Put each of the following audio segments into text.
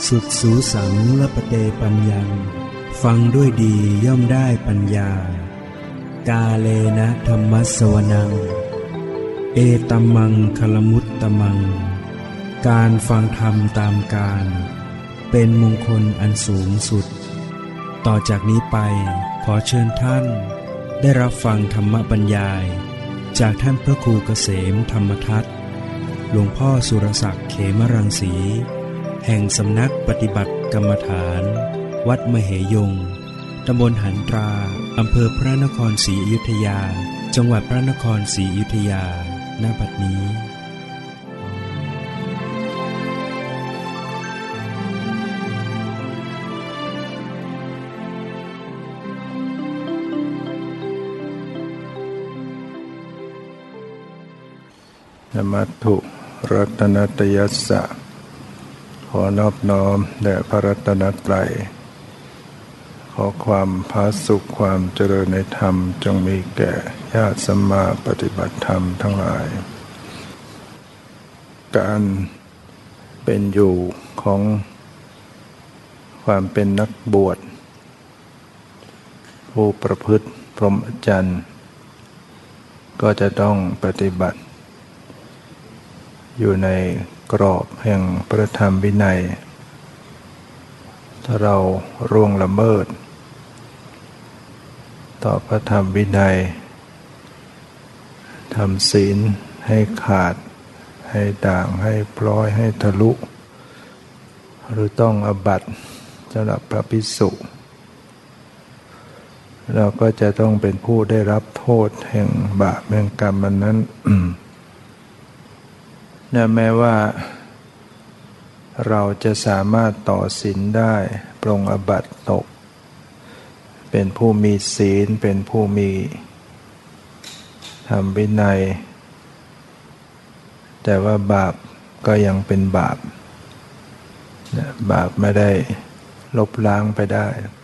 สุดสูสังละปะเตปัญญังฟังด้วยดีย่อมได้ปัญญากาเลนะธัมมัสสวนังเอตัมมังคลมุตตมังการฟังธรรมตามกาลเป็นมงคลอันสูงสุดต่อจากนี้ไปขอเชิญท่านได้รับฟังธรรมบรรยายจากท่านพระครูเกษมธรรมทัศน์หลวงพ่อสุรศักดิ์เขมรังสีแห่งสำนักปฏิบัติกรรมฐานวัดมเหยงตำบลหันตราอำเภอพระนครศรีอยุธยาจังหวัดพระนครศรีอยุธยาณ บัดนี้นมัตถุรัตนตยัสสะขอนอบน้อมแด่พระรัตนตรัยขอความผาสุกความเจริญในธรรมจงมีแก่ญาติสัมมาปฏิบัติธรรมทั้งหลายการเป็นอยู่ของความเป็นนักบวชผู้ประพฤติพรหมจรรย์ก็จะต้องปฏิบัติอยู่ในกรอบแห่งพระธรรมวินัยถ้าเราล่วงละเมิดต่อพระธรรมวินัยทำศีลให้ขาดให้ด่างให้พร้อยให้ทะลุหรือต้องอาบัติสำหรับพระภิกษุเราก็จะต้องเป็นผู้ได้รับโทษแห่งบาปแห่งกรรมอันนั้น แม้ว่าเราจะสามารถต่อศีลได้ปรงอาบัติตกเป็นผู้มีศีลเป็นผู้มีธรรมวินัยแต่ว่าบาปก็ยังเป็นบาปบาปไม่ได้ลบล้างไปได้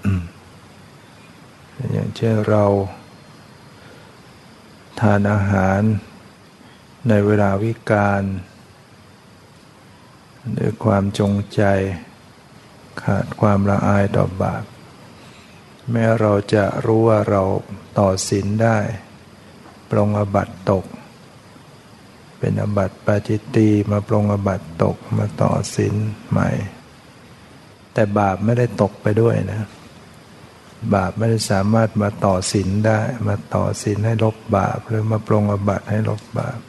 อย่างเช่นเราทานอาหารในเวลาวิกาลด้วยความจงใจขาดความละอายต่อบาปแม้เราจะรู้ว่าเราต่อศีลได้ปรงอาบัติตกเป็นอาบัติปาจิตตีมาปรงอาบัติตกมาต่อศีลใหม่แต่บาปไม่ได้ตกไปด้วยนะบาปไม่ได้สามารถมาต่อศีลได้มาต่อศีลให้ลบบาปหรือมาปรงอาบัติให้ลบบาป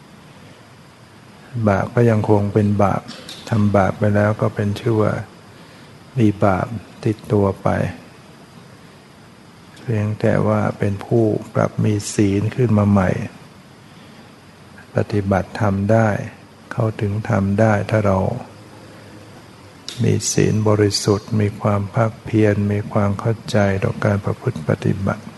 บาปก็ยังคงเป็นบาปทำบาปไปแล้วก็เป็นชื่อว่ามีบาปติดตัวไปเพียงแต่ว่าเป็นผู้กลับมีศีลขึ้นมาใหม่ปฏิบัติธรรมได้เข้าถึงธรรมได้ถ้าเรามีศีลบริสุทธิ์มีความภาคเพียรมีความเข้าใจต่อการประพฤติปฏิบัติ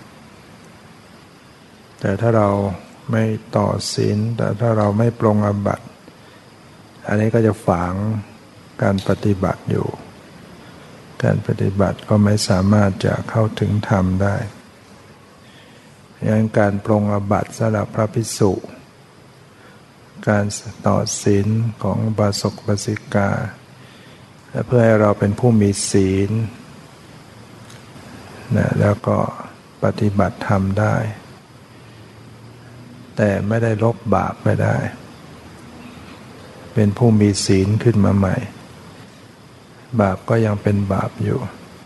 แต่ถ้าเราไม่ต่อศีลแต่ถ้าเราไม่ปรงอาบัติอันนี้ก็จะฝังการปฏิบัติอยู่การปฏิบัติก็ไม่สามารถจะเข้าถึงธรรมได้ดังนั้นการปรงอาบัติสำหรับพระภิกษุการต่อศีลของอุบาสกอุบาสิกาและเพื่อให้เราเป็นผู้มีศีลนะแล้วก็ปฏิบัติธรรมได้แต่ไม่ได้ลบบาปไม่ได้เป็นผู้มีศีลขึ้นมาใหม่บาปก็ยังเป็นบาปอยู่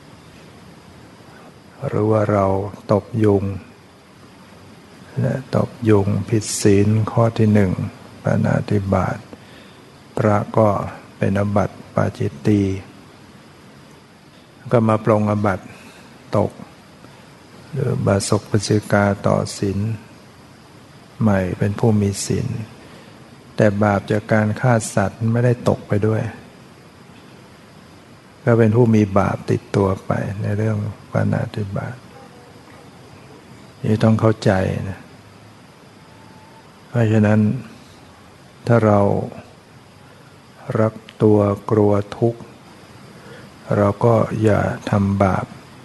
หรือว่าเราตบยุงตบยุงผิดศีลข้อที่หนึ่งปาณาติบาตพระก็เป็นอาบัติปาจิตตีก็มาปรงอาบัติตกหรือบาสกอุบาสิกาต่อศีลใหม่เป็นผู้มีศีลแต่บาปจากการฆ่าสัตว์ไม่ได้ตกไปด้วยก็เป็นผู้มีบาปติดตัวไปในเรื่องปาณาติบาตนี่ต้องเข้าใจนะเพราะฉะนั้นถ้าเรารักตัวกลัวทุกข์เราก็อย่าทำบาป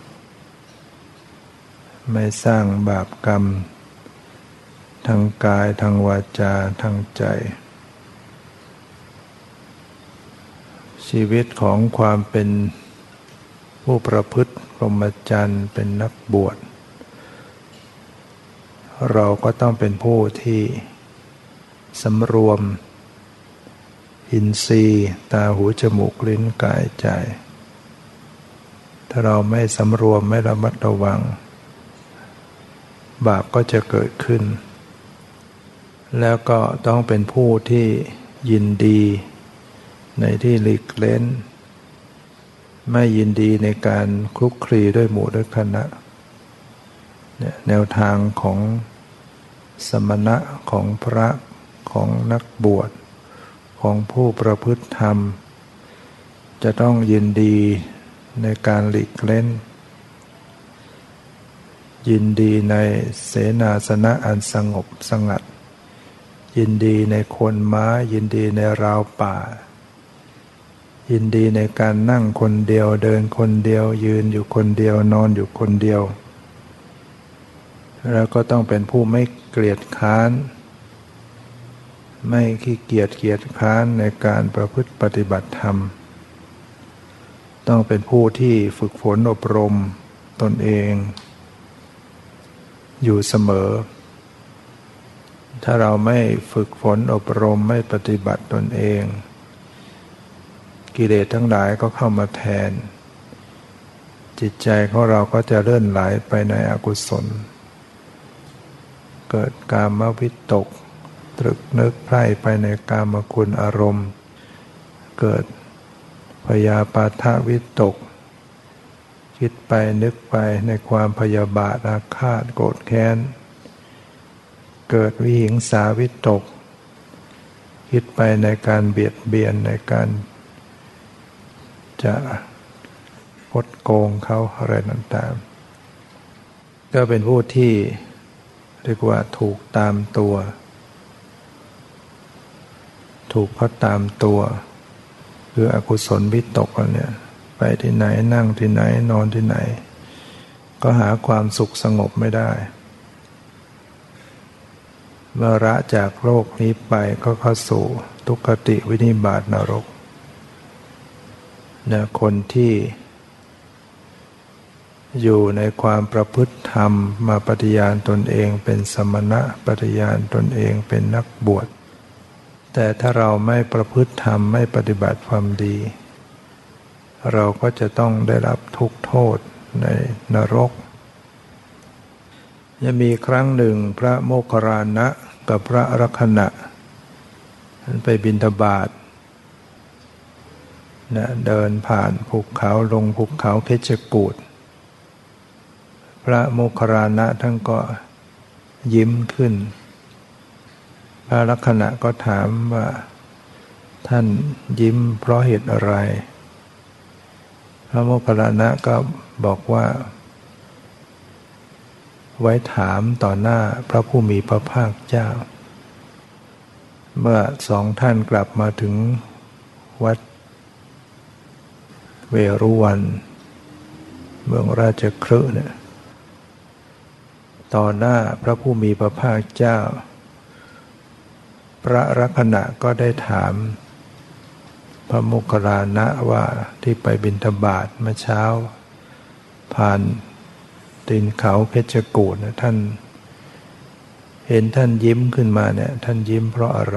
ไม่สร้างบาปกรรมทางกายทางวาจาทางใจ เชชีวิตของความเป็นผู้ประพฤติพรหมจรรย์เป็นนักบวชเราก็ต้องเป็นผู้ที่สำรวมอินทรีย์ตาหูจมูกลิ้นกายใจถ้าเราไม่สำรวมไม่ระมัดระวังบาปก็จะเกิดขึ้นแล้วก็ต้องเป็นผู้ที่ยินดีในที่หลีกเล้นไม่ยินดีในการคลุกคลีด้วยหมู่ด้วยคณะแนวทางของสมณะของพระของนักบวชของผู้ประพฤติธรรมจะต้องยินดีในการหลีกเล้นยินดีในเสนาสนะอันสงบสงัดยินดีในโคนไม้ยินดีในราวป่ายินดีในการนั่งคนเดียวเดินคนเดียวยืนอยู่คนเดียวนอนอยู่คนเดียวแล้วก็ต้องเป็นผู้ไม่เกลียดค้านไม่ขี้เกียจเกียจค้านในการประพฤติปฏิบัติธรรมต้องเป็นผู้ที่ฝึกฝนอบรมตนเองอยู่เสมอถ้าเราไม่ฝึกฝนอบรมไม่ปฏิบัติตนเองกิเลสทั้งหลายก็เข้ามาแทนจิตใจของเราก็จะเลื่อนไหลไปในอกุศลเกิดกามวิตกตรึกนึกใคร่ไปในกามคุณอารมณ์เกิดพยาปาทวิตกคิดไปนึกไปในความพยาบาทอาฆาตโกรธแค้นเกิดวิหิงสาวิตกคิดไปในการเบียดเบียนในการจะคดโกงเขาอะไรต่างๆก็เป็นผู้ที่เรียกว่าถูกตามตัวถูกเขาตามตัวคืออกุศลวิตกเนี่ยไปที่ไหนนั่งที่ไหนนอนที่ไหนก็หาความสุขสงบไม่ได้เมื่อละจากโลกนี้ไปก็เข้าสู่ทุกขติวินิบาตนรกเนี่ยคนที่อยู่ในความประพฤติธรรมมาปฏิญาณตนเองเป็นสมณะปฏิญาณตนเองเป็นนักบวชแต่ถ้าเราไม่ประพฤติธรรมไม่ปฏิบัติความดีเราก็จะต้องได้รับทุกข์โทษในนรกจะมีครั้งหนึ่งพระโมคคัลลานะกับพระอรคันนะไปบิณฑบาตเดินผ่านภูเขาลงภูเขาเพชรกูฏพระโมคคัลลานะท่านก็ยิ้มขึ้นพระอรคันนะก็ถามว่าท่านยิ้มเพราะเหตุอะไรพระโมคคัลลานะก็บอกว่าไว้ถามต่อหน้าพระผู้มีพระภาคเจ้าเมื่อสองท่านกลับมาถึงวัดเวรุวันเมืองราชคฤห์เนี่ยต่อหน้าพระผู้มีพระภาคเจ้าพระอรคันนะก็ได้ถามพระโมคคัลลานะว่าที่ไปบิณฑบาตเมื่อเช้าผ่านตีนเขาเพชรกูฏท่านเห็นท่านยิ้มขึ้นมาเนี่ยท่านยิ้มเพราะอะไร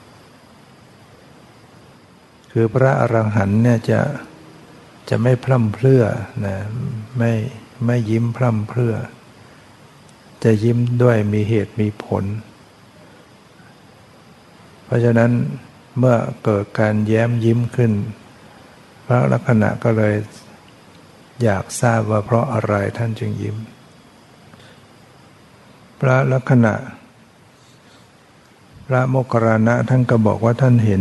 คือพระอรหันต์เนี่ยจะไม่พร่ำเพรื่อนะไม่ยิ้มพร่ำเพรื่อจะยิ้มด้วยมีเหตุมีผลเพราะฉะนั้นเมื่อเกิดการแย้มยิ้มขึ้นพระลักษณะก็เลยอยากทราบว่าเพราะอะไรท่านจึงยิ้มพระลักษณะพระโมคคัลลานะท่านก็บอกว่าท่านเห็น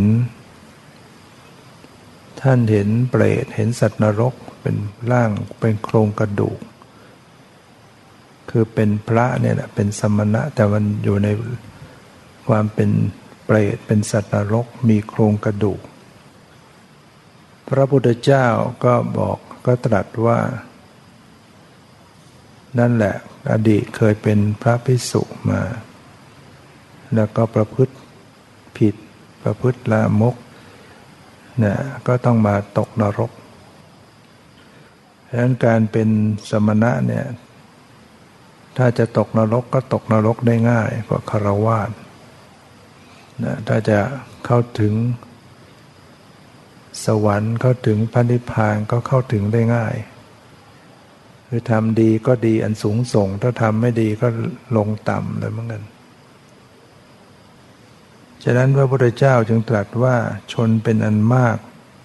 เปรตเห็นสัตว์นรกเป็นร่างเป็นโครงกระดูกคือเป็นพระเนี่ยแหละเป็นสมณะแต่มันอยู่ในความเป็นเปรตเป็นสัตว์นรกมีโครงกระดูกพระพุทธเจ้าก็ตรัสว่านั่นแหละอดีตเคยเป็นพระภิกษุมาแล้วก็ประพฤติผิดประพฤติลามกเนี่ยก็ต้องมาตกนรกเพราะฉะนั้นการเป็นสมณะเนี่ยถ้าจะตกนรกก็ตกนรกได้ง่ายกว่าฆราวาสนะถ้าจะเข้าถึงสวรรค์เข้าถึงพระนิพพานก็เข้าถึงได้ง่ายคือทำดีก็ดีอันสูงส่งถ้าทำไม่ดีก็ลงต่ำเลยเหมือนกันฉะนั้นพระพุทธเจ้าจึงตรัสว่าชนเป็นอันมาก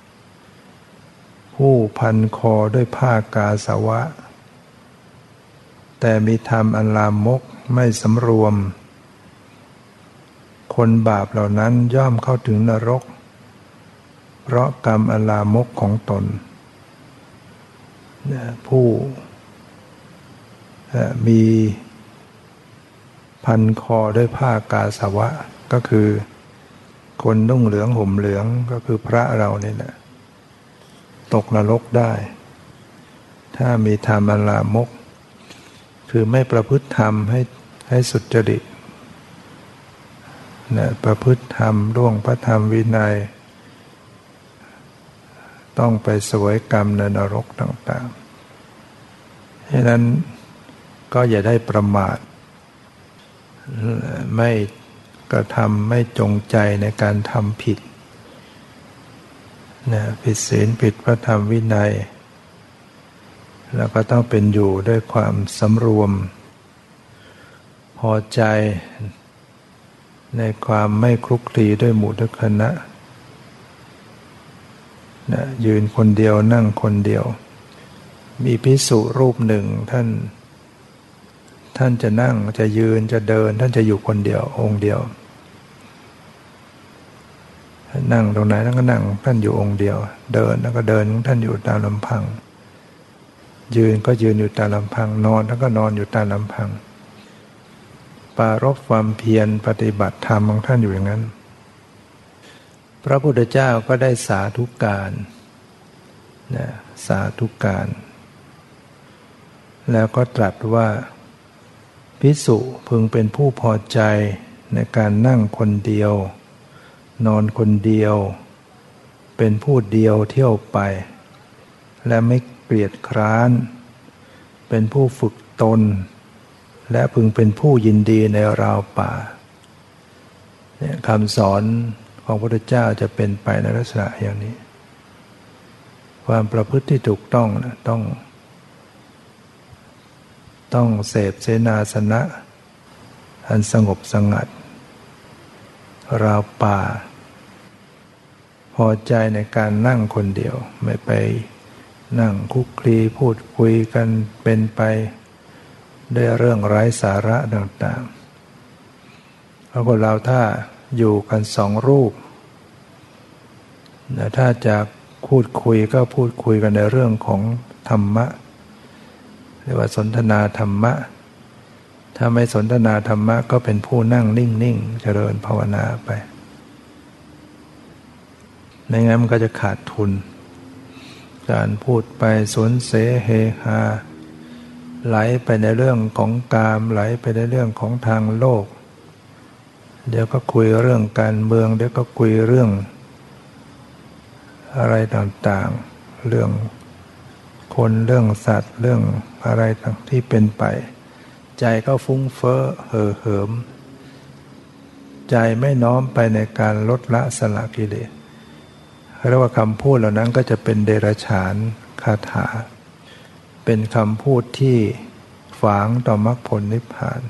ผู้พันคอด้วยผ้ากาสาวะแต่มีธรรมอันลามกไม่สำรวมคนบาปเหล่านั้นย่อมเข้าถึงนรกเพราะกรรมอันลามกของตนผู้มีพันคอด้วยผ้ากาสาวะก็คือคนนุ่งเหลืองห่มเหลืองก็คือพระเรานี่แหละตกนรกได้ถ้ามีธรรมอันลามกคือไม่ประพฤติธรรมให้สุจริตนะประพฤติธรรมล่วงพระธรรมวินัยต้องไปเสวยกรรมในนรกต่างๆฉะนั้นก็อย่าได้ประมาทไม่กระทำไม่จงใจในการทำผิดนะผิดศีลผิดพระธรรมวินัยแล้วก็ต้องเป็นอยู่ด้วยความสำรวมพอใจในความไม่คลุกคลีด้วยหมู่ด้วยคณะนะยืนคนเดียวนั่งคนเดียวมีภิกษุรูปหนึ่งท่านจะนั่งจะยืนจะเดินท่านจะอยู่คนเดียวองค์เดียวนั่งตรงไหนท่านก็นั่งท่านอยู่องค์เดียวเดินแล้วก็เดินท่านอยู่ตามลำพังยืนก็ยืนอยู่ตามลำพังนอนท่านก็นอนอยู่ตามลำพังปรารภความเพียรปฏิบัติธรรมของท่านอยู่อย่างนั้นพระพุทธเจ้าก็ได้สาธุการนะสาธุการแล้วก็ตรัสว่าภิกษุพึงเป็นผู้พอใจในการนั่งคนเดียวนอนคนเดียวเป็นผู้เดียวเที่ยวไปและไม่เกลียดคร้านเป็นผู้ฝึกตนและพึงเป็นผู้ยินดีในราวป่าเนี่ยคำสอนของพระพุทธเจ้าจะเป็นไปในลักษณะอย่างนี้ความประพฤติที่ถูกต้องนะต้องเสพเสนาสนะอันสงบสงัดราวป่าพอใจในการนั่งคนเดียวไม่ไปนั่งคุกคลีพูดคุยกันเป็นไปด้วยเรื่องไร้สาระต่างๆเพราะคนเราถ้าอยู่กันสองรูปถ้าจะพูดคุยก็พูดคุยกันในเรื่องของธรรมะเรียกว่าสนทนาธรรมะถ้าไม่สนทนาธรรมะก็เป็นผู้นั่งนิ่งๆเจริญภาวนาไปไม่งั้นมันก็จะขาดทุนการพูดไปสวนเสเฮฮาไหลไปในเรื่องของกามไหลไปในเรื่องของทางโลกเดี๋ยวก็คุยเรื่องการเมืองเดี๋ยวก็คุยเรื่องอะไรต่างๆเรื่องคนเรื่องสัตว์เรื่องอะไรต่างที่เป็นไปใจก็ฟุ้งเฟ้อเห่อเหิมใจไม่น้อมไปในการลดละสละกิเลสเรียกว่าคำพูดเหล่านั้นก็จะเป็นเดรัจฉานคาถาเป็นคำพูดที่ฝางต่อมรรคผลนิพพาน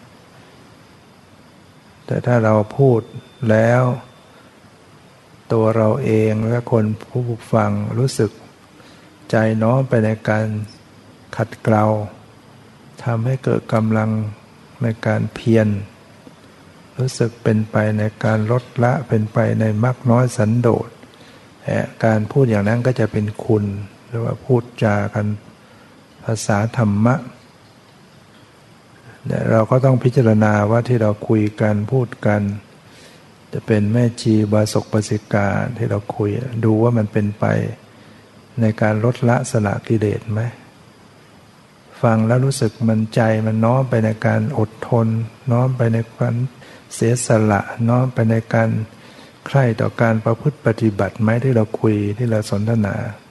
แต่ถ้าเราพูดแล้วตัวเราเองและคนผู้ฟังรู้สึกใจน้อมไปในการขัดเกลาทำให้เกิดกำลังในการเพียรรู้สึกเป็นไปในการลดละเป็นไปในมรรคน้อยสันโดษการพูดอย่างนั้นก็จะเป็นคุณหรือว่าพูดจากันภาษาธรรมะเราก็ต้องพิจารณาว่าที่เราคุยกันพูดกันจะเป็นแม่ชีบาศกบาสิกาที่เราคุยดูว่ามันเป็นไปในการลดละสละกิเลสไหมฟังแล้วรู้สึกมันใจมันน้อมไปในการอดทนน้อมไปในการเสียสละน้อมไปในการใคร่ต่อการประพฤติปฏิบัติไหมที่เราคุยที่เราสนทนา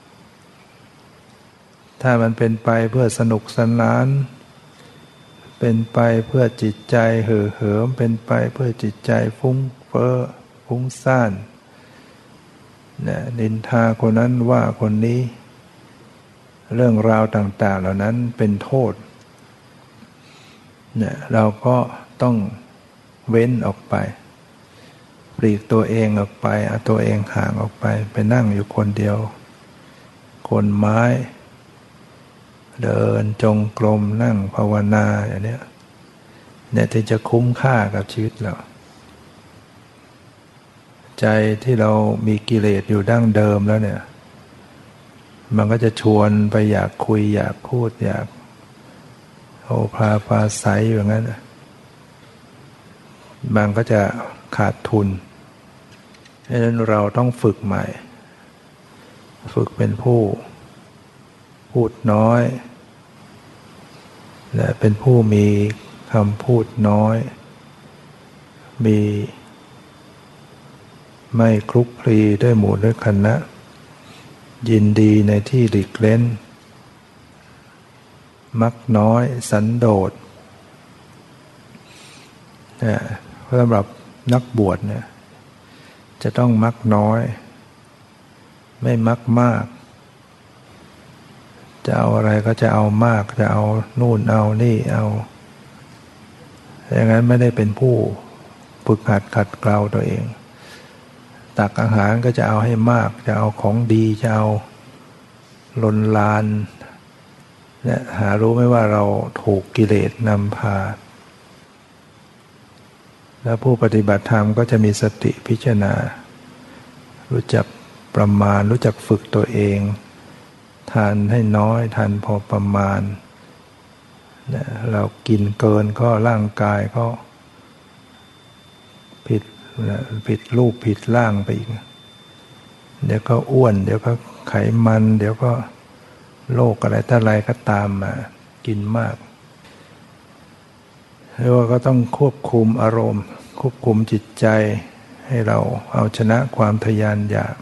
ถ้ามันเป็นไปเพื่อสนุกสนานเป็นไปเพื่อจิตใจเห่อเหิมเป็นไปเพื่อจิตใจฟุ้งเฟ้อฟุ้งซ่านเนี่ยนินทาคนนั้นว่าคนนี้เรื่องราวต่างๆเหล่านั้นเป็นโทษเนี่ยเราก็ต้องเว้นออกไปปลีกตัวเองออกไปเอาตัวเองห่างออกไปไปนั่งอยู่คนเดียวคนไม้เดินจงกรมนั่งภาวนาอย่างนี้เนี่ยที่จะคุ้มค่ากับชีวิตเราใจที่เรามีกิเลสอยู่ดั้งเดิมแล้วเนี่ยมันก็จะชวนไปอยากคุยอยากพูดอยากโอภาปราศัยอย่างนั้นมันก็จะขาดทุนดังนั้นเราต้องฝึกใหม่ฝึกเป็นผู้พูดน้อยและเป็นผู้มีคำพูดน้อยมีไม่คลุกคลีด้วยหมู่ด้วยคณะยินดีในที่หลีกเล้นมักน้อยสันโดษสำหรับนักบวชเนี่ยจะต้องมักน้อยไม่มักมากจะเอาอะไรก็จะเอามากจะเอานู่นเอานี่เอาอย่างนั้นไม่ได้เป็นผู้ฝึกหัดขัดเกลาตัวเองตักอาหารก็จะเอาให้มากจะเอาของดีจะเอาลนลานเนี่ยหารู้ไหมว่าเราถูกกิเลสนำพาแล้วผู้ปฏิบัติธรรมก็จะมีสติพิจารณารู้จักประมาณรู้จักฝึกตัวเองทานให้น้อยทานพอประมาณเรากินเกินก็ร่างกายก็ผิดรูปผิดร่างไปอีกเดี๋ยวก็อ้วนเดี๋ยวก็ไขมันเดี๋ยวก็โรคอะไรถ้าอะไรก็ตามมากินมากแล้วก็ต้องควบคุมอารมณ์ควบคุมจิตใจให้เราเอาชนะความทยานอยาก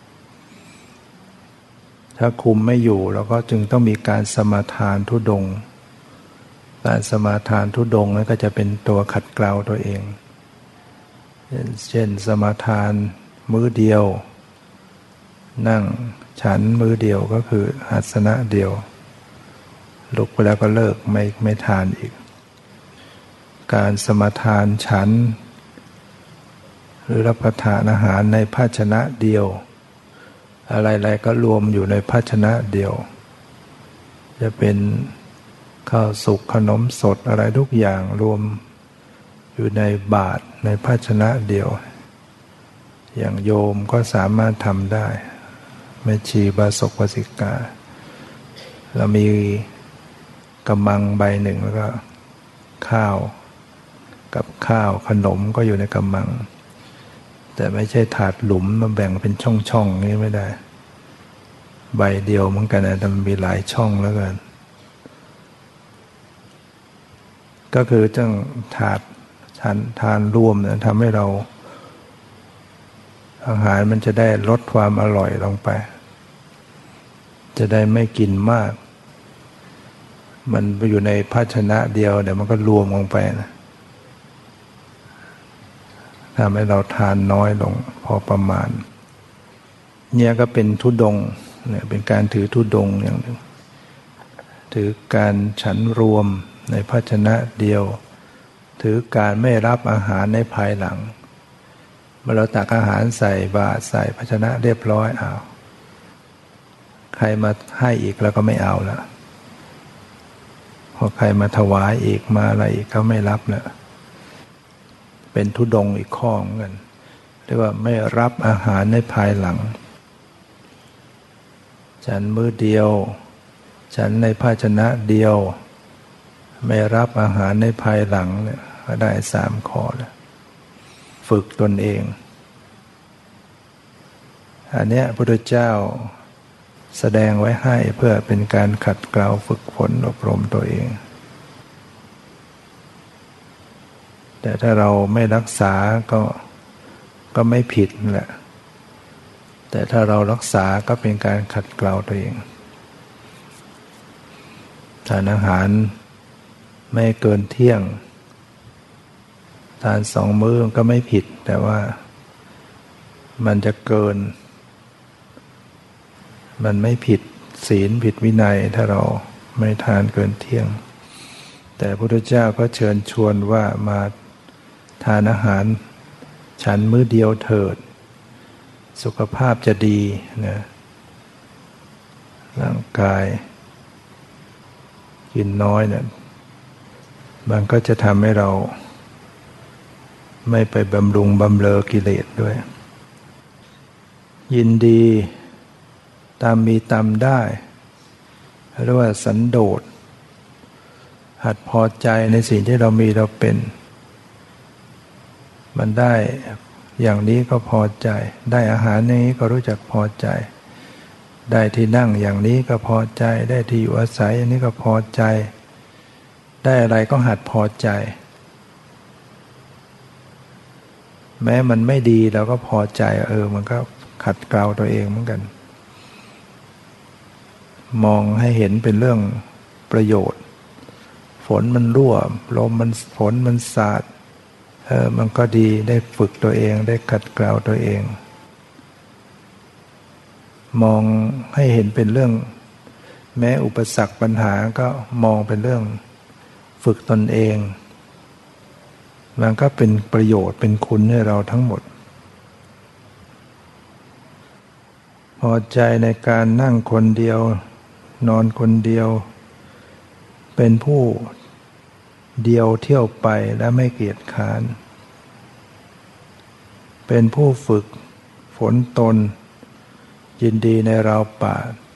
ถ้าคุมไม่อยู่เราก็จึงต้องมีการสมาทานทุดงค์การสมาทานทุดงค์นั้นก็จะเป็นตัวขัดเกลาตัวเองเช่นสมาทานมื้อเดียวนั่งฉันมื้อเดียวก็คืออาสนะเดียวลุกไปแล้วก็เลิกไม่ทานอีกการสมาทานฉันหรือรับประทานอาหารในภาชนะเดียวอะไรๆก็รวมอยู่ในภาชนะเดียวจะเป็นข้าวสุกขนมสดอะไรทุกอย่างรวมอยู่ในบาตรในภาชนะเดียวอย่างโยมก็สามารถทำได้แม่ชีบาศกวสิกาเรามีกำมังใบหนึ่งแล้วก็ข้าวกับข้าวขนมก็อยู่ในกำมังแต่ไม่ใช่ถาดหลุมมาแบ่งเป็นช่องๆนี้ไม่ได้ใบเดียวเหมือนกันนะแต่มันมีหลายช่องแล้วกันก็คือจังถาดทานรวมนะทำให้เราอาหารมันจะได้ลดความอร่อยลงไปจะได้ไม่กินมากมันไปอยู่ในภาชนะเดียวเดี๋ยวมันก็รวมลงไปนะทำให้เราทานน้อยลงพอประมาณเนี่ยก็เป็นธุดงค์เนี่ยเป็นการถือธุดงค์อย่างหนึ่งถือการฉันรวมในภาชนะเดียวถือการไม่รับอาหารในภายหลังเมื่อเราตักอาหารใส่บาตรใส่ภาชนะเรียบร้อยเอาใครมาให้อีกแล้วก็ไม่เอาแล้วพอใครมาถวายอีกมาอะไรอีกก็ไม่รับแล้วเป็นธุดงค์อีกข้อเหมือนกันเรียกว่าไม่รับอาหารในภายหลังฉันมื้อเดียวฉันในภาชนะเดียวไม่รับอาหารในภายหลังเนี่ยก็ได้3 ข้อแล้วฝึกตนเองอันเนี้ยพระพุทธเจ้าแสดงไว้ให้เพื่อเป็นการขัดเกลาฝึกฝนอบรมตัวเองแต่ถ้าเราไม่รักษาก็ก็ไม่ผิดแหละแต่ถ้าเรารักษาก็เป็นการขัดเกลาตัวเองทานอาหารไม่เกินเที่ยงทาน2 มื้อก็ไม่ผิดแต่ว่ามันจะเกินมันไม่ผิดศีลผิดวินัยถ้าเราไม่ทานเกินเที่ยงแต่พระพุทธเจ้าก็เชิญชวนว่ามาทานอาหารฉันมื้อเดียวเถิดสุขภาพจะดีนะร่างกายกินน้อยเนี่ยมันก็จะทำให้เราไม่ไปบำรุงบำเรอกิเลสด้วยยินดีตามมีตามได้เรียกว่าสันโดษหัดพอใจในสิ่งที่เรามีเราเป็นมันได้อย่างนี้ก็พอใจได้อาหารอย่างนี้ก็รู้จักพอใจได้ที่นั่งอย่างนี้ก็พอใจได้ที่อยู่อาศัยอย่างนี้ก็พอใจได้อะไรก็หัดพอใจแม้มันไม่ดีเราก็พอใจมันก็ขัดเกลาตัวเองเหมือนกันมองให้เห็นเป็นเรื่องประโยชน์ฝนมันรั่วลมมันฝนมันสาดมันก็ดีได้ฝึกตัวเองได้ขัดเกลาตัวเองมองให้เห็นเป็นเรื่องแม้อุปสรรคปัญหาก็มองเป็นเรื่องฝึกตนเองมันก็เป็นประโยชน์เป็นคุณให้เราทั้งหมดพอใจในการนั่งคนเดียวนอนคนเดียวเป็นผู้เดียวเที่ยวไปและไม่เกียจคร้านเป็นผู้ฝึกฝนตนยินดีในราวป่า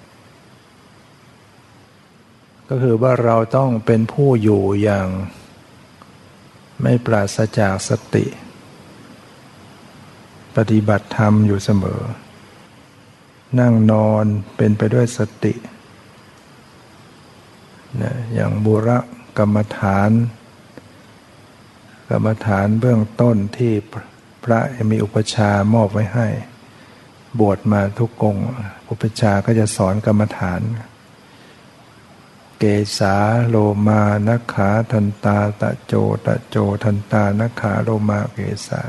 ก็คือว่าเราต้องเป็นผู้อยู่อย่างไม่ปราศจากสติปฏิบัติธรรมอยู่เสมอนั่งนอนเป็นไปด้วยสตินะอย่างบุรกรรมฐานเบื้องต้นที่พระมีอุปชฌาย์มอบไว้ให้บวชมาทุกองค์อุปชฌาย์ก็จะสอนกรรมฐานเกสาโลมานัคขาทันตาตะโจทันตานัคขาโลมาเกสา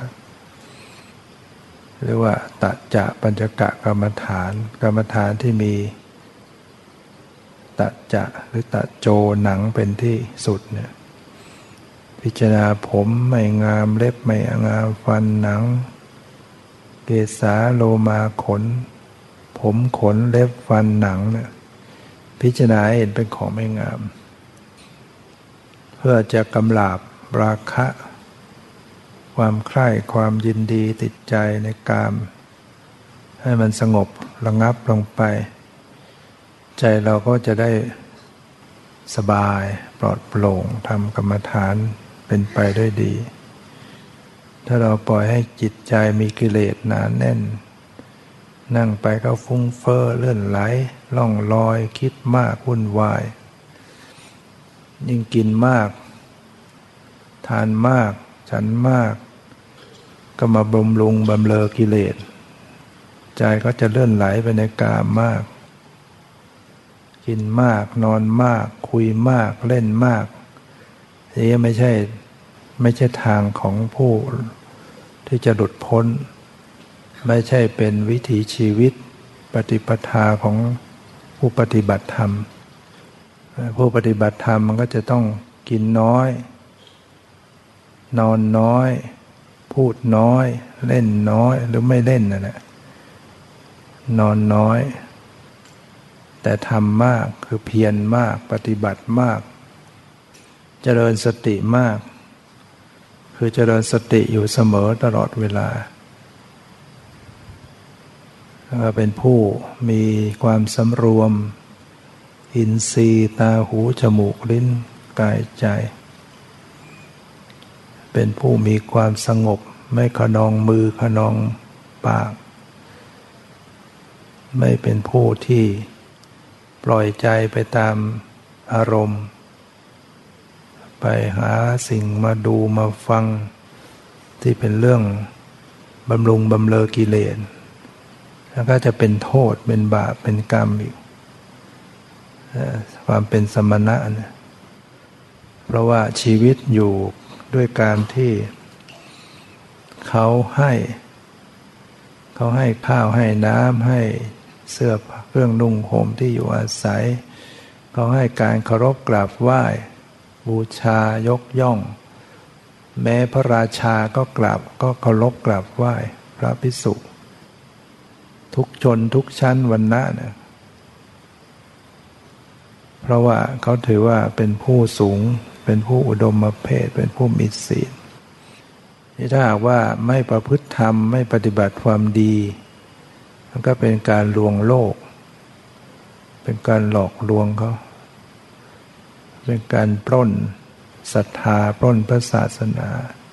หรือว่าตะจะปัญจกะกรรมฐานที่มีตะจะหรือตะโจหนังเป็นที่สุดเนี่ยพิจารณาผมไม่งามเล็บไม่งามฟันหนังเกสาโลมาขนผมขนเล็บฟันหนังเนี่ยพิจารณาเห็นเป็นของไม่งามเพื่อจะกำราบราคะความใคร่ความยินดีติดใจในกามให้มันสงบระงับลงไปใจเราก็จะได้สบายปลอดโปร่งทำกรรมฐานเป็นไปด้วยดีถ้าเราปล่อยให้จิตใจมีกิเลสหนาแน่นนั่งไปก็ฟุ้งเฟ้อเลื่อนไหลล่องลอยคิดมากวุ่นวายยิ่งกินมากทานมากฉันมากก็มาบำรุงบำเรอกิเลสใจก็จะเลื่อนไหลไปในกามมากกินมากนอนมากคุยมากเล่นมากนี่ไม่ใช่ทางของผู้ที่จะหลุดพ้นไม่ใช่เป็นวิถีชีวิตปฏิปทาของผู้ปฏิบัติธรรมผู้ปฏิบัติธรรมมันก็จะต้องกินน้อยนอนน้อยพูดน้อยเล่นน้อยหรือไม่เล่นนั่นแหละนอนน้อยแต่ทำมากคือเพียรมากปฏิบัติมากเจริญสติมากคือเจริญสติอยู่เสมอตลอดเวลาเป็นผู้มีความสำรวมอินทรีย์ตาหูจมูกลิ้นกายใจเป็นผู้มีความสงบไม่ขนองมือขนองปากไม่เป็นผู้ที่ปล่อยใจไปตามอารมณ์ไปหาสิ่งมาดูมาฟังที่เป็นเรื่องบำรุงบำเรอกิเลสแล้วก็จะเป็นโทษเป็นบาปเป็นกรรมอีกความเป็นสมณะนะเพราะว่าชีวิตอยู่ด้วยการที่เขาให้ข้าวให้น้ำให้เสื้อเครื่องนุ่งห่มที่อยู่อาศัยเขาให้การเคารพกราบไหว้บูชายกย่องแม้พระราชาก็เคารพกราบไหว้พระภิกษุทุกชนทุกชั้นวรรณะนะเพราะว่าเขาถือว่าเป็นผู้สูงเป็นผู้อุดมเพศเป็นผู้มีศีลถ้าหากว่าไม่ประพฤติธรรมไม่ปฏิบัติความดีมันก็เป็นการลวงโลกเป็นการหลอกลวงเขาเป็นการปล้นศรัทธาปล้นพระศาสนา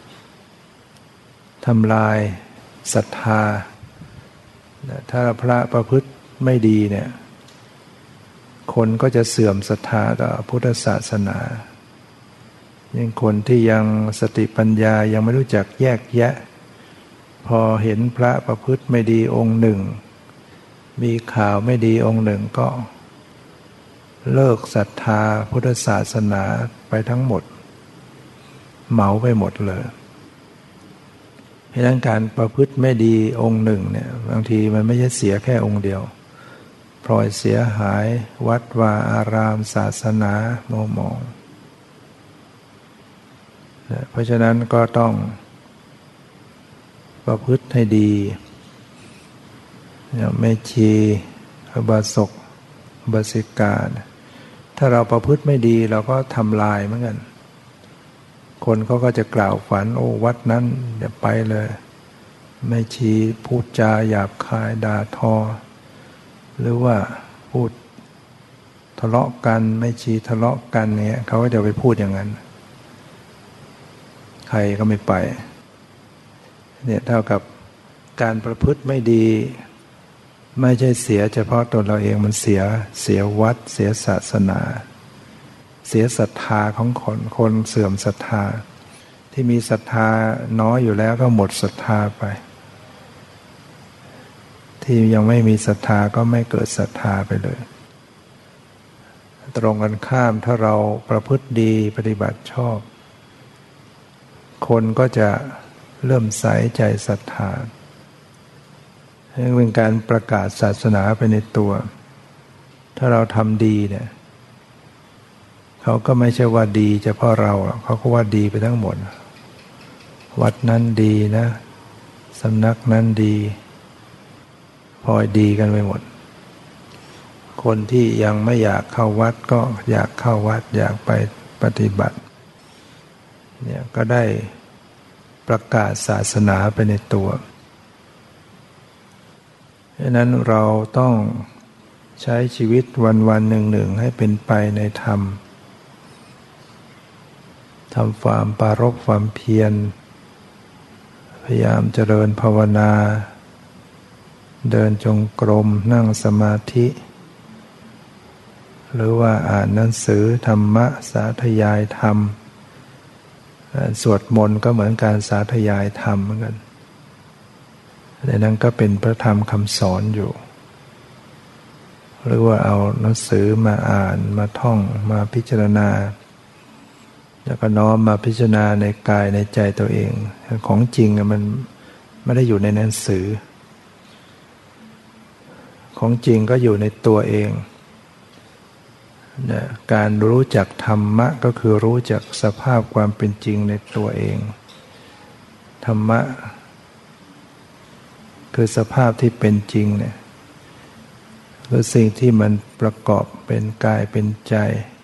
ทำลายศรัทธาถ้าพระประพฤติไม่ดีเนี่ยคนก็จะเสื่อมศรัทธาต่อพุทธศาสนายังคนที่ยังสติปัญญายังไม่รู้จักแยกแยะพอเห็นพระประพฤติไม่ดีองค์หนึ่งมีข่าวไม่ดีองค์หนึ่งก็เลิกศรัทธาพุทธศาสนาไปทั้งหมดเหมาไปหมดเลยเพราะฉะนั้นการประพฤติไม่ดีองค์หนึ่งเนี่ยบางทีมันไม่ใช่เสียแค่องค์เดียวพลอยเสียหายวัดวาอารามศาสนาโมหมองเพราะฉะนั้นก็ต้องประพฤติให้ดีอย่างแม่ชีอุบาสกอุบาสิกาถ้าเราประพฤติไม่ดีเราก็ทำลายเหมือนกันคนเขาก็จะกล่าวฝันโอ้วัดนั้นอย่าไปเลยแม่ชีพูดจาหยาบคายด่าทอหรือว่าพูดทะเลาะกันแม่ชีทะเลาะกันเนี่ยเขาก็จะไปพูดอย่างนั้นใครก็ไม่ไปเนี่ยเท่ากับการประพฤติไม่ดีไม่ใช่เสียเฉพาะตัวเราเองมันเสียวัดเสียศาสนาเสียศรัทธาของคนเสื่อมศรัทธาที่มีศรัทธาน้อยอยู่แล้วก็หมดศรัทธาไปที่ยังไม่มีศรัทธาก็ไม่เกิดศรัทธาไปเลยตรงกันข้ามถ้าเราประพฤติดีปฏิบัติชอบคนก็จะเริ่มใสใจศรัทธาเป็นการประกาศศาสนาไปในตัวถ้าเราทำดีเนี่ยเขาก็ไม่ใช่ว่าดีเฉพาะเราเขาก็ว่าดีไปทั้งหมดวัดนั้นดีนะสำนักนั้นดีพลอยดีกันไปหมดคนที่ยังไม่อยากเข้าวัดก็อยากเข้าวัดอยากไปปฏิบัติเนี่ยก็ได้ประกาศศาสนาไปในตัวดังนั้นเราต้องใช้ชีวิตวันๆหนึ่งๆให้เป็นไปในธรรมทำความปรารภความเพียรพยายามเจริญภาวนาเดินจงกรมนั่งสมาธิหรือว่าอ่านหนังสือธรรมะสาธยายธรรมสวดมนต์ก็เหมือนการสาธยายธรรมเหมือนกันในนั้นก็เป็นพระธรรมคำสอนอยู่หรือว่าเอาหนังสือมาอ่านมาท่องมาพิจารณาแล้วก็น้อมมาพิจารณาในกายในใจตัวเองของจริงมันไม่ได้อยู่ในหนังสือของจริงก็อยู่ในตัวเองการรู้จักธรรมะก็คือรู้จักสภาพความเป็นจริงในตัวเองธรรมะคือสภาพที่เป็นจริงเนี่ยคือสิ่งที่มันประกอบเป็นกายเป็นใจ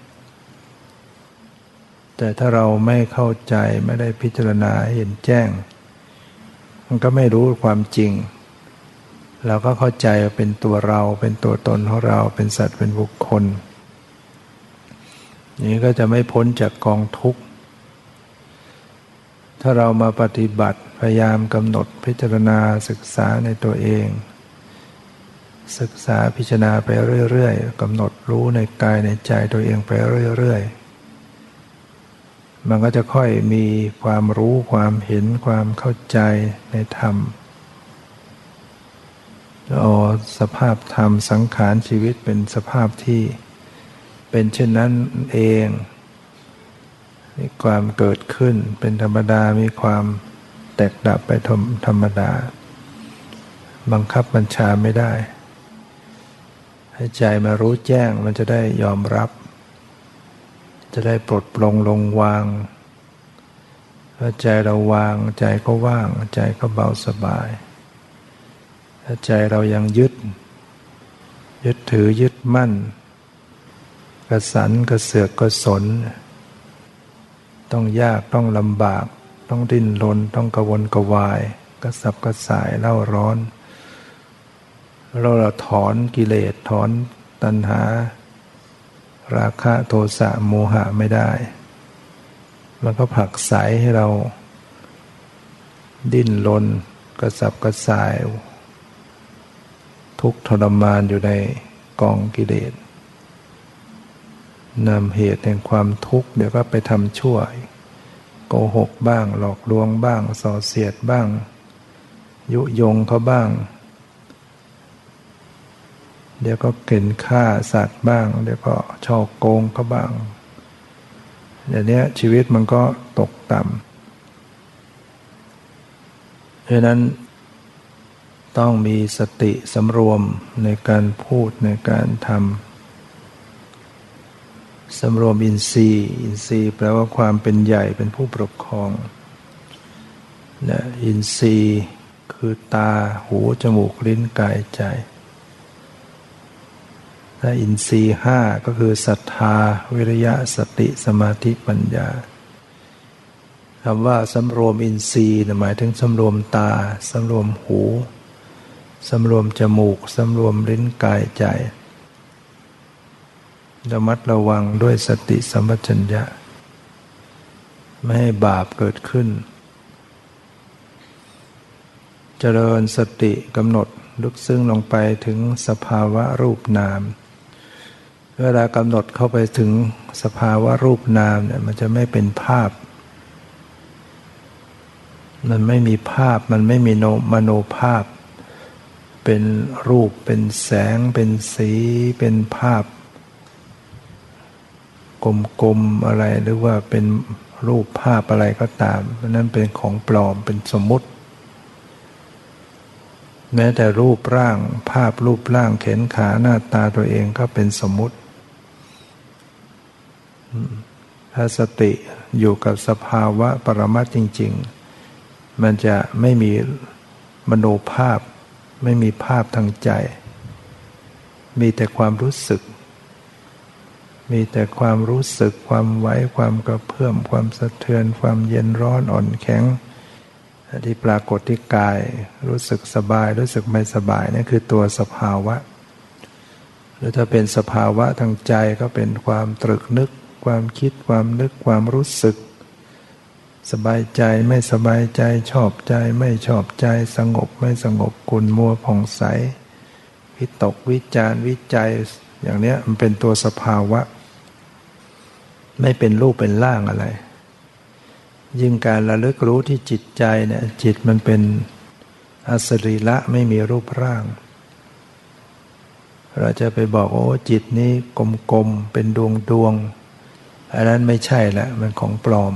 แต่ถ้าเราไม่เข้าใจไม่ได้พิจารณาเห็นแจ้งมันก็ไม่รู้ความจริงเราก็เข้าใจว่าเป็นตัวเราเป็นตัวตนของเราเป็นสัตว์เป็นบุคคลนี้ก็จะไม่พ้นจากกองทุกข์ถ้าเรามาปฏิบัติพยายามกำหนดพิจารณาศึกษาในตัวเองศึกษาพิจารณาไปเรื่อยๆกำหนดรู้ในกายในใจตัวเองไปเรื่อยๆมันก็จะค่อยมีความรู้ความเห็นความเข้าใจในธรรมอ๋อสภาพธรรมสังขารชีวิตเป็นสภาพที่เป็นเช่นนั้นเองมีความเกิดขึ้นเป็นธรรมดามีความแตกดับไปธรรมดาบังคับบัญชาไม่ได้ให้ใจมารู้แจ้งมันจะได้ยอมรับจะได้ปลดปลงลงวางถ้าใจเราวางใจก็ว่างใจก็เบาสบายถ้าใจเรายังยึดถือยึดมั่นกระสันกระเสือกกระสนต้องยากต้องลำบากต้องดิ้นรนต้องกระวนกระวายกระสับกระส่ายเล่าร้อนเราถอนกิเลสถอนตัณหาราคะโทสะโมหะไม่ได้มันก็ผลักไสให้เราดิ้นรนกระสับกระส่ายทุกข์ทรมานอยู่ในกองกิเลสนำเหตุแห่งความทุกข์เดี๋ยวก็ไปทำชั่วโกหกบ้างหลอกลวงบ้างส่อเสียดบ้างยุยงเขาบ้างเดี๋ยวก็เกณฑ์ฆ่าสัตว์บ้างเดี๋ยวก็ฉ้อโกงเขาบ้างอย่างนี้ชีวิตมันก็ตกต่ำเพราะนั้นต้องมีสติสำรวมในการพูดในการทำสำรวมอินทรีย์แปลว่าความเป็นใหญ่เป็นผู้ปกครองนะอินทรีย์คือตาหูจมูกลิ้นกายใจถ้าอินทรีย์ห้าก็คือศรัทธาวิริยะสติสมาธิปัญญาคำว่าสำรวมอินทรีย์หมายถึงสำรวมตาสำรวมหูสำรวมจมูกสำรวมลิ้นกายใจระมัดระวังด้วยสติสัมปชัญญะไม่ให้บาปเกิดขึ้นเจริญสติกำหนดลึกซึ้งลงไปถึงสภาวะรูปนามเวลากำหนดเข้าไปถึงสภาวะรูปนามเนี่ยมันจะไม่เป็นภาพมันไม่มีภาพมันไม่มีมโนภาพเป็นรูปเป็นแสงเป็นสีเป็นภาพกลมๆอะไรหรือว่าเป็นรูปภาพอะไรก็ตามเพราะนั้นเป็นของปลอมเป็นสมมุติแม้แต่รูปร่างภาพรูปร่างแขนขาหน้าตาตัวเองก็เป็นสมมุติถ้าสติอยู่กับสภาวะปรมัตถ์จริงๆมันจะไม่มีมโนภาพไม่มีภาพทางใจมีแต่ความรู้สึกมีแต่ความรู้สึกความไหวความกระเพื่อมความสะเทือนความเย็นร้อนอ่อนแข็งที่ปรากฏที่กายรู้สึกสบายรู้สึกไม่สบายนี่คือตัวสภาวะหรือถ้าเป็นสภาวะทางใจก็เป็นความตรึกนึกความคิดความนึกความรู้สึกสบายใจไม่สบายใจชอบใจไม่ชอบใจสงบไม่สงบขุ่นมัวผ่องใสวิตกวิจารวิจัยอย่างนี้มันเป็นตัวสภาวะไม่เป็นรูปเป็นร่างอะไรยิ่งการระลึกรู้ที่จิตใจเนี่ยจิตมันเป็นอสรีละไม่มีรูปร่างเราจะไปบอกโอ้จิตนี้กลมๆเป็นดวงอันนั้นไม่ใช่ละมันของปลอม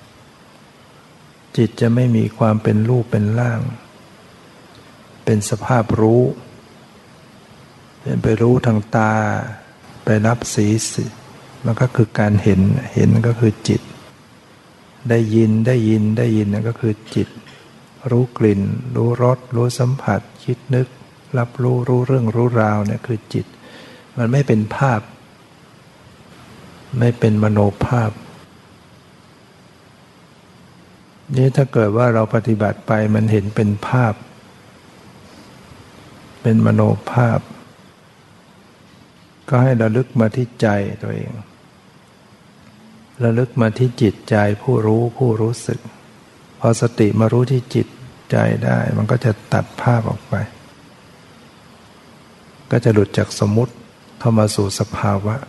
จิตจะไม่มีความเป็นรูปเป็นร่างเป็นสภาพรู้เป็นไปรู้ทางตาไปรับสีมันก็คือการเห็นก็คือจิตได้ยินนั่นก็คือจิตรู้กลิ่นรู้รสรู้สัมผัสคิดนึกรับรู้เรื่องรู้ราวเนี่ยคือจิตมันไม่เป็นภาพไม่เป็นมโนภาพนี่ถ้าเกิดว่าเราปฏิบัติไปมันเห็นเป็นภาพเป็นมโนภาพก็ให้ระลึกมาที่ใจตัวเองระลึกมาที่จิตใจผู้รู้สึกพอสติมารู้ที่จิตใจได้มันก็จะตัดภาพออกไปก็จะหลุดจากสมมุติเข้ามาสู่สภาวะ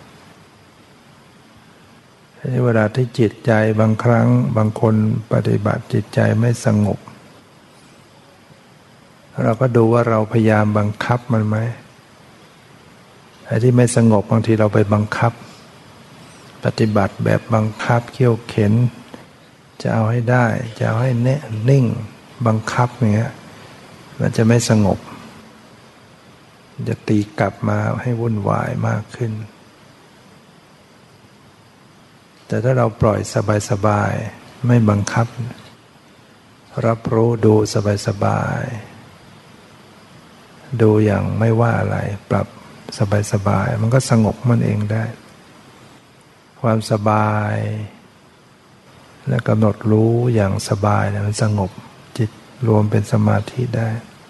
เวลาที่จิตใจบางครั้งบางคนปฏิบัติจิตใจไม่สงบเราก็ดูว่าเราพยายามบังคับมันไหมไอ้ที่ไม่สงบบางทีเราไปบังคับปฏิบัติแบบบังคับเคี่ยวเข็นจะเอาให้ได้จะเอาให้นิ่งบังคับอย่างเงี้ยมันจะไม่สงบจะตีกลับมาให้วุ่นวายมากขึ้นแต่ถ้าเราปล่อยสบายๆไม่บังคับรับรู้ดูสบายๆดูอย่างไม่ว่าอะไรปรับสบายๆมันก็สงบมันเองได้ความสบายและกำหนดรู้อย่างสบายเนี่ยมันสงบจิตรวมเป็นสมาธิได้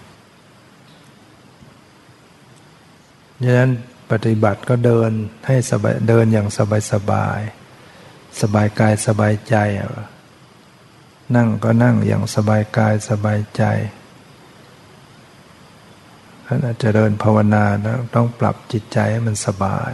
ดังนั้นปฏิบัติก็เดินให้สบายเดินอย่างสบายสบายกายสบายใจนั่งก็นั่งอย่างสบายกายสบายใจขณะเจริญภาวนาต้องปรับจิตใจให้มันสบาย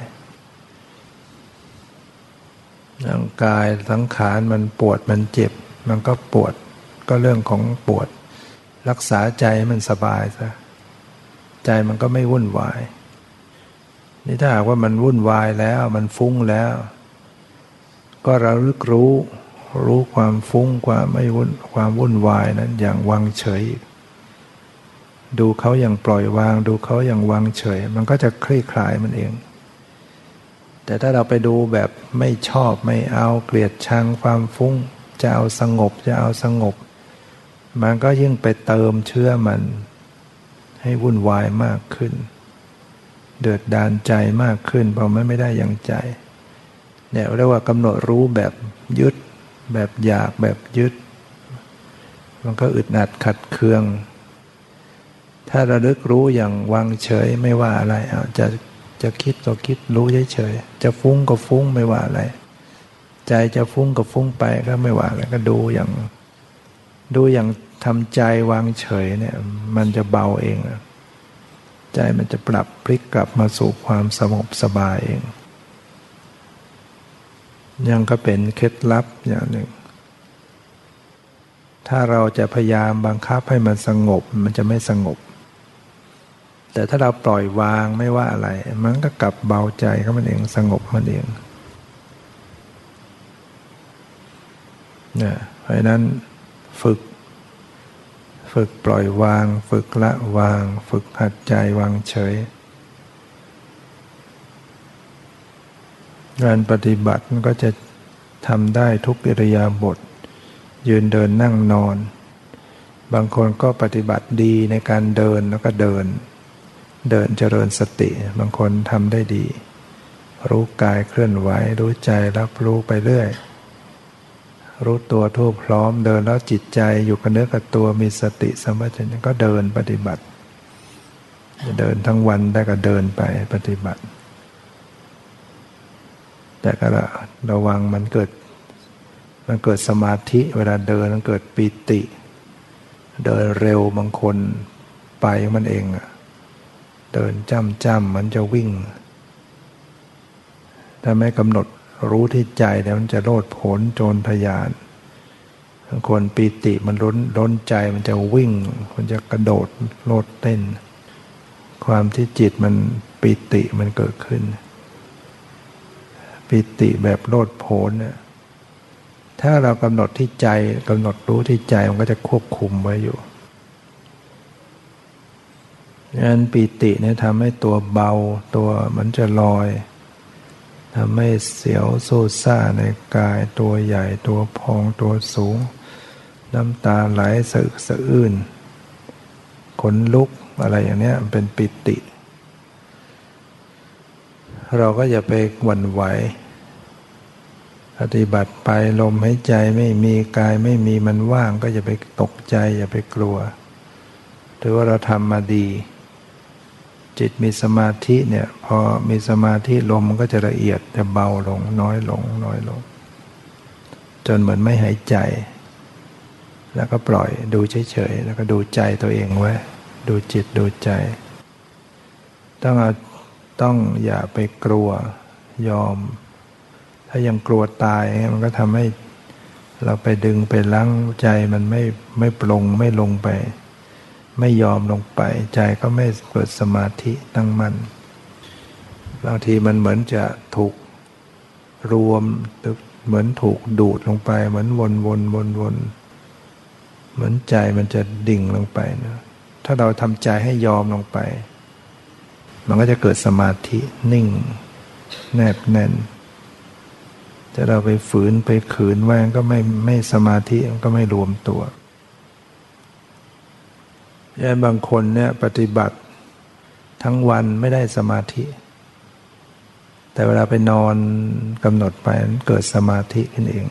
ร่างกายสังขารมันปวดมันเจ็บมันก็ปวดก็เรื่องของปวดรักษาใจให้มันสบายซะใจมันก็ไม่วุ่นวายนี่ถ้าหากว่ามันวุ่นวายแล้วมันฟุ้งแล้วก็ระลึกรู้ความฟุ้งความไม่วุ่นความวุ่นวายนั้นอย่างวางเฉยดูเขาอย่างปล่อยวางดูเขาอย่างวางเฉยมันก็จะคลี่คลายมันเองแต่ถ้าเราไปดูแบบไม่ชอบไม่เอาเกลียดชังความฟุ้งจะเอาสงบมันก็ยิ่งไปเติมเชื้อมันให้วุ่นวายมากขึ้นเดือดดาลใจมากขึ้นเพราะมันไม่ได้อย่างใจเนี่ยเรียกว่ากำหนดรู้แบบยึดแบบอยากแบบยึดมันก็อึดอัดขัดเคืองถ้าระลึกรู้อย่างวางเฉยไม่ว่าอะไรจะคิดก็คิดรู้เฉยๆจะฟุ้งก็ฟุ้งไม่ว่าอะไรใจจะฟุ้งก็ฟุ้งไปก็ไม่ว่าอะไรก็ดูอย่างทำใจวางเฉยเนี่ยมันจะเบาเองใจมันจะปรับพลิกกลับมาสู่ความสงบสบายเองยังก็เป็นเคล็ดลับอย่างหนึ่งถ้าเราจะพยายามบังคับให้มันสงบมันจะไม่สงบแต่ถ้าเราปล่อยวางไม่ว่าอะไรมันก็กลับเบาใจก็มันเองสงบมันเองเนี่ยเพราะฉะนั้นฝึกปล่อยวางฝึกละวางฝึกหัดใจวางเฉยการปฏิบัติมันก็จะทำได้ทุกอิริยาบถยืนเดินนั่งนอนบางคนก็ปฏิบัติดีในการเดินแล้วก็เดินเจริญสติบางคนทำได้ดีรู้กายเคลื่อนไหวรู้ใจรับรู้ไปเรื่อยรู้ตัวทั่วพร้อมเดินแล้วจิตใจอยู่กับเนื้อกับตัวมีสติสัมปชัญญะก็เดินปฏิบัติจะเดินทั้งวันได้ก็เดินไปปฏิบัติแต่ก็ระวังมันเกิดสมาธิเวลาเดินมันเกิดปิติเดินเร็วบางคนไปมันเองเดินจ้ำมันจะวิ่งถ้าไม่กำหนดรู้ที่ใจแล้วมันจะโลดโผนโจรทยานบางคนปิติมันล้นใจมันจะวิ่งมันจะกระโดดโลดเต้นความที่จิตมันปิติมันเกิดขึ้นปิติแบบโลดโผนเนี่ยถ้าเรากำหนดที่ใจกำหนดรู้ที่ใจมันก็จะควบคุมไว้อยู่งั้นปิติเนี่ยทำให้ตัวเบาตัวมันจะลอยทำให้เสียวโซซ่าในกายตัวใหญ่ตัวพองตัวสูงน้ำตาไหลสะอึกสะอื้นขนลุกอะไรอย่างเนี้ยมันเป็นปิติเราก็อย่าไปหวั่นไหวปฏิบัติไปลมหายใจไม่มีกายไม่มีมันว่างก็อย่าไปตกใจอย่าไปกลัวถือว่าเราทำมาดีจิตมีสมาธิเนี่ยพอมีสมาธิลมมันก็จะละเอียดจะเบาลงน้อยลงจนเหมือนไม่หายใจแล้วก็ปล่อยดูเฉยๆแล้วก็ดูใจตัวเองไว้ดูจิตดูใจต้องอย่าไปกลัวยอมถ้ายังกลัวตายมันก็ทำให้เราไปดึงไปลั้งใจมันไม่ปลงไม่ลงไปไม่ยอมลงไปใจก็ไม่เกิดสมาธิตั้งมั่นบางทีมันเหมือนจะถูกรวมเหมือนถูกดูดลงไปเหมือนวนเหมือนใจมันจะดิ่งลงไปนะถ้าเราทำใจให้ยอมลงไปมันก็จะเกิดสมาธินิ่งแนบแน่นจะเราไปฝืนไปขืนไว้ก็ไม่สมาธิมันก็ไม่รวมตัวอย่างบางคนเนี่ยปฏิบัติทั้งวันไม่ได้สมาธิแต่เวลาไปนอนกำหนดไปเกิดสมาธิขึ้นเอง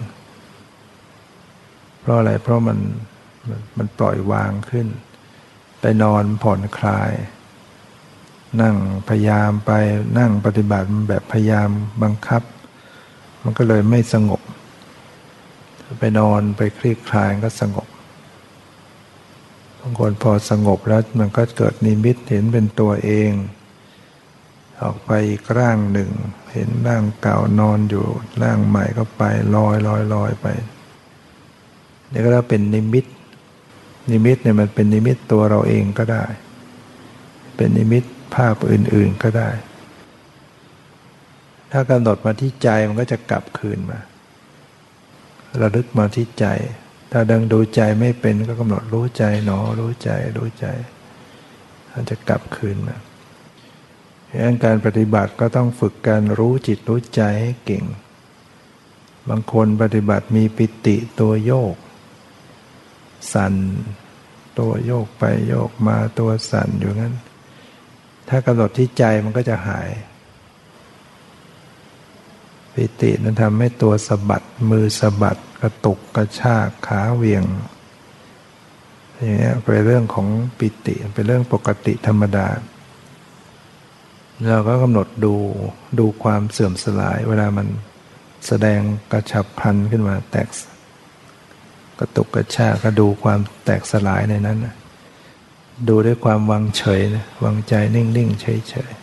เพราะอะไรเพราะมันปล่อยวางขึ้นไปนอนผ่อนคลายนั่งพยายามไปนั่งปฏิบัติแบบพยายามบังคับมันก็เลยไม่สงบไปนอนไปคลี่คลายก็สงบบางคนพอสงบแล้วมันก็เกิดนิมิตเห็นเป็นตัวเองออกไปอีกร่างหนึ่งเห็นร่างเก่านอนอยู่ร่างใหม่ก็ไปลอยไปนี่ก็เรียกเป็นนิมิตเนี่ยมันเป็นนิมิตตัวเราเองก็ได้เป็นนิมิตภาพอื่นๆก็ได้ถ้ากำหนดมาที่ใจมันก็จะกลับคืนมาระลึกมาที่ใจถ้าดังดูใจไม่เป็นก็กำหนดรู้ใจหนอรู้ใจมันจะกลับคืนมาดังนั้นการปฏิบัติก็ต้องฝึกการรู้จิตรู้ใจให้เก่งบางคนปฏิบัติมีปิติตัวโยกสั่นตัวโยกไปโยกมาตัวสั่นอยู่งั้นถ้ากำหนดที่ใจมันก็จะหายปิตินั้นทำให้ตัวสะบัดมือสะบัดกระตุกกระชากขาเหวี่ยงอย่างนี้เป็นเรื่องของปิติเป็นเรื่องปกติธรรมดาเราก็กำหนดดูความเสื่อมสลายเวลามันแสดงกระฉับพลันขึ้นมาแตกกระตุกกระชากก็ดูความแตกสลายในนั้นดูด้วยความวางเฉยวางใจนิ่งๆเฉย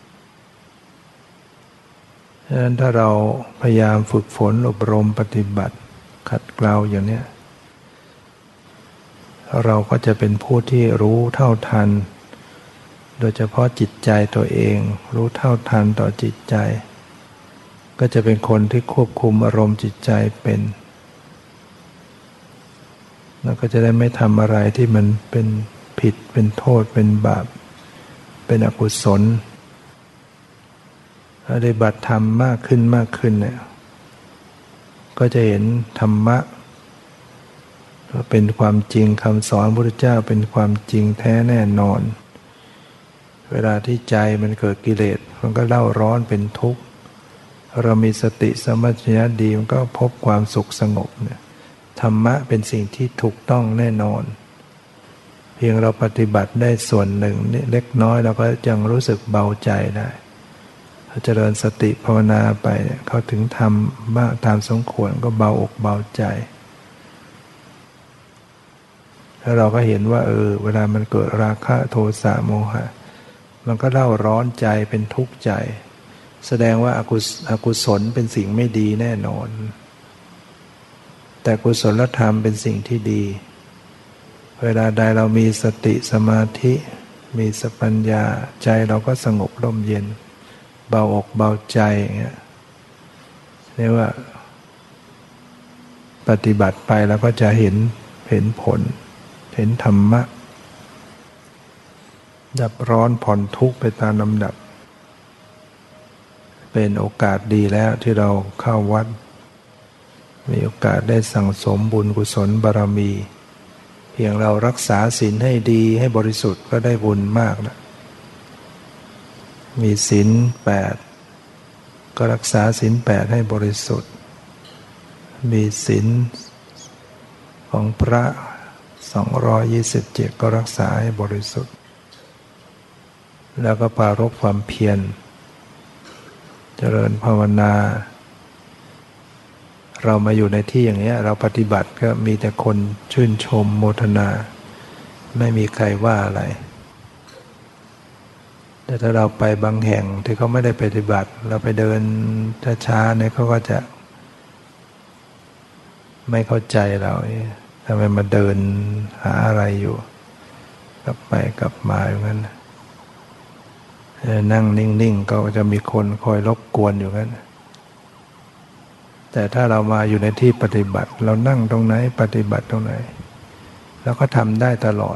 ๆดังนั้นถ้าเราพยายามฝึกฝนอบรมปฏิบัติขัดเกลาอย่างนี้เราก็จะเป็นผู้ที่รู้เท่าทันโดยเฉพาะจิตใจตัวเองรู้เท่าทันต่อจิตใจก็จะเป็นคนที่ควบคุมอารมณ์จิตใจเป็นแล้วก็จะได้ไม่ทำอะไรที่มันเป็นผิดเป็นโทษเป็นบาปเป็นอกุศลปฏิบัติธรรมมากขึ้นเนี่ยก็จะเห็นธรรมะว่าเป็นความจริงคำสอนพระพุทธเจ้าเป็นความจริงแท้แน่นอนเวลาที่ใจมันเกิดกิเลสมันก็เล่าร้อนเป็นทุกข์เรามีสติสัมปชัญญะดีมันก็พบความสุขสงบเนี่ยธรรมะเป็นสิ่งที่ถูกต้องแน่นอนเพียงเราปฏิบัติได้ส่วนหนึ่งนี่เล็กน้อยเราก็ยังรู้สึกเบาใจได้ถ้าเจริญสติภาวนาไปเนี่ยเขาถึงทำบ้างตามสมควรก็เบาอกเบาใจแล้วเราก็เห็นว่าเวลามันเกิดราคะโทสะโมหะมันก็เล่าร้อนใจเป็นทุกข์ใจแสดงว่าอกุศลเป็นสิ่งไม่ดีแน่นอนแต่กุศลธรรมเป็นสิ่งที่ดีเวลาใดเรามีสติสมาธิมีสัมปชัญญะใจเราก็สงบร่มเย็นเบาอกเบาใจอย่างเงี้ยเรียกว่าปฏิบัติไปแล้วก็จะเห็นผลเห็นธรรมะดับร้อนผ่อนทุกข์ไปตามลำดับเป็นโอกาสดีแล้วที่เราเข้าวัดมีโอกาสได้สั่งสมบุญกุศลบารมีเพียงเรารักษาศีลให้ดีให้บริสุทธิ์ก็ได้บุญมากแล้วมีศีล8ก็รักษาศีล8ให้บริสุทธิ์มีศีลของพระ227ก็รักษาให้บริสุทธิ์แล้วก็ปรารภความเพียรเจริญภาวนาเรามาอยู่ในที่อย่างนี้เราปฏิบัติก็มีแต่คนชื่นชมโมทนาไม่มีใครว่าอะไรแต่ถ้าเราไปบางแห่งที่เขาไม่ได้ปฏิบัติเราไปเดินช้าๆเนี่ยเขาก็จะไม่เข้าใจเราทำไมมาเดินหาอะไรอยู่กลับไปกลับมาอย่างนั้นนั่งนิ่งๆก็จะมีคนคอยรบกวนอยู่งั้นแต่ถ้าเรามาอยู่ในที่ปฏิบัติเรานั่งตรงไหนปฏิบัติตรงไหนเราก็ทำได้ตลอด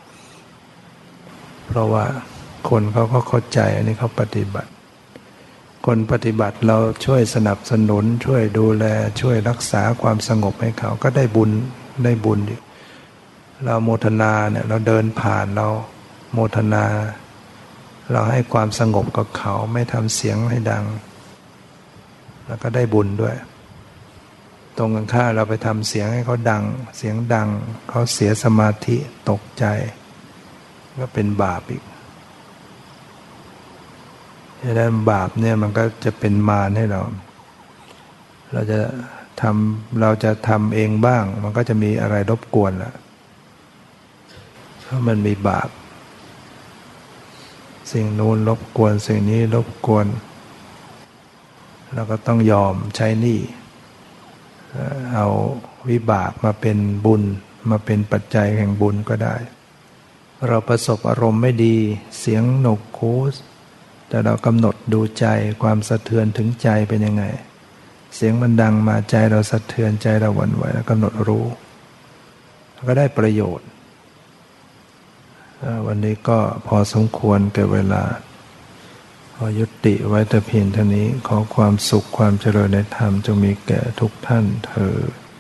เพราะว่าคนเขาก็เข้าใจอันนี้เขาปฏิบัติคนปฏิบัติเราช่วยสนับสนุนช่วยดูแลช่วยรักษาความสงบให้เขาก็ได้บุญอยู่เราโมทนาเนี่ยเราเดินผ่านเราโมทนาเราให้ความสงบกับเขาไม่ทำเสียงให้ดังแล้วก็ได้บุญด้วยตรงกันข้ามเราไปทำเสียงให้เขาดังเสียงดังเขาเสียสมาธิตกใจก็เป็นบาปอีกดังนั้นบาปเนี่ยมันก็จะเป็นมารให้เราจะทำเองบ้างมันก็จะมีอะไรรบกวนล่ะเพราะมันมีบาปสิ่งนู้นรบกวนสิ่งนี้รบกวนเราก็ต้องยอมใช้หนี้เอาวิบากมาเป็นบุญมาเป็นปัจจัยแห่งบุญก็ได้เราประสบอารมณ์ไม่ดีเสียงหนวกหูแต่เรากำหนดดูใจความสะเทือนถึงใจเป็นยังไงเสียงมันดังมาใจเราสะเทือนใจเราหวั่นไหวแล้วกำหนดรู้ก็ได้ประโยชน์วันนี้ก็พอสมควรแก่เวลาขอยุติไว้แต่เพียงเท่านี้ขอความสุขความเจริญในธรรมจงมีแก่ทุกท่านเทอญ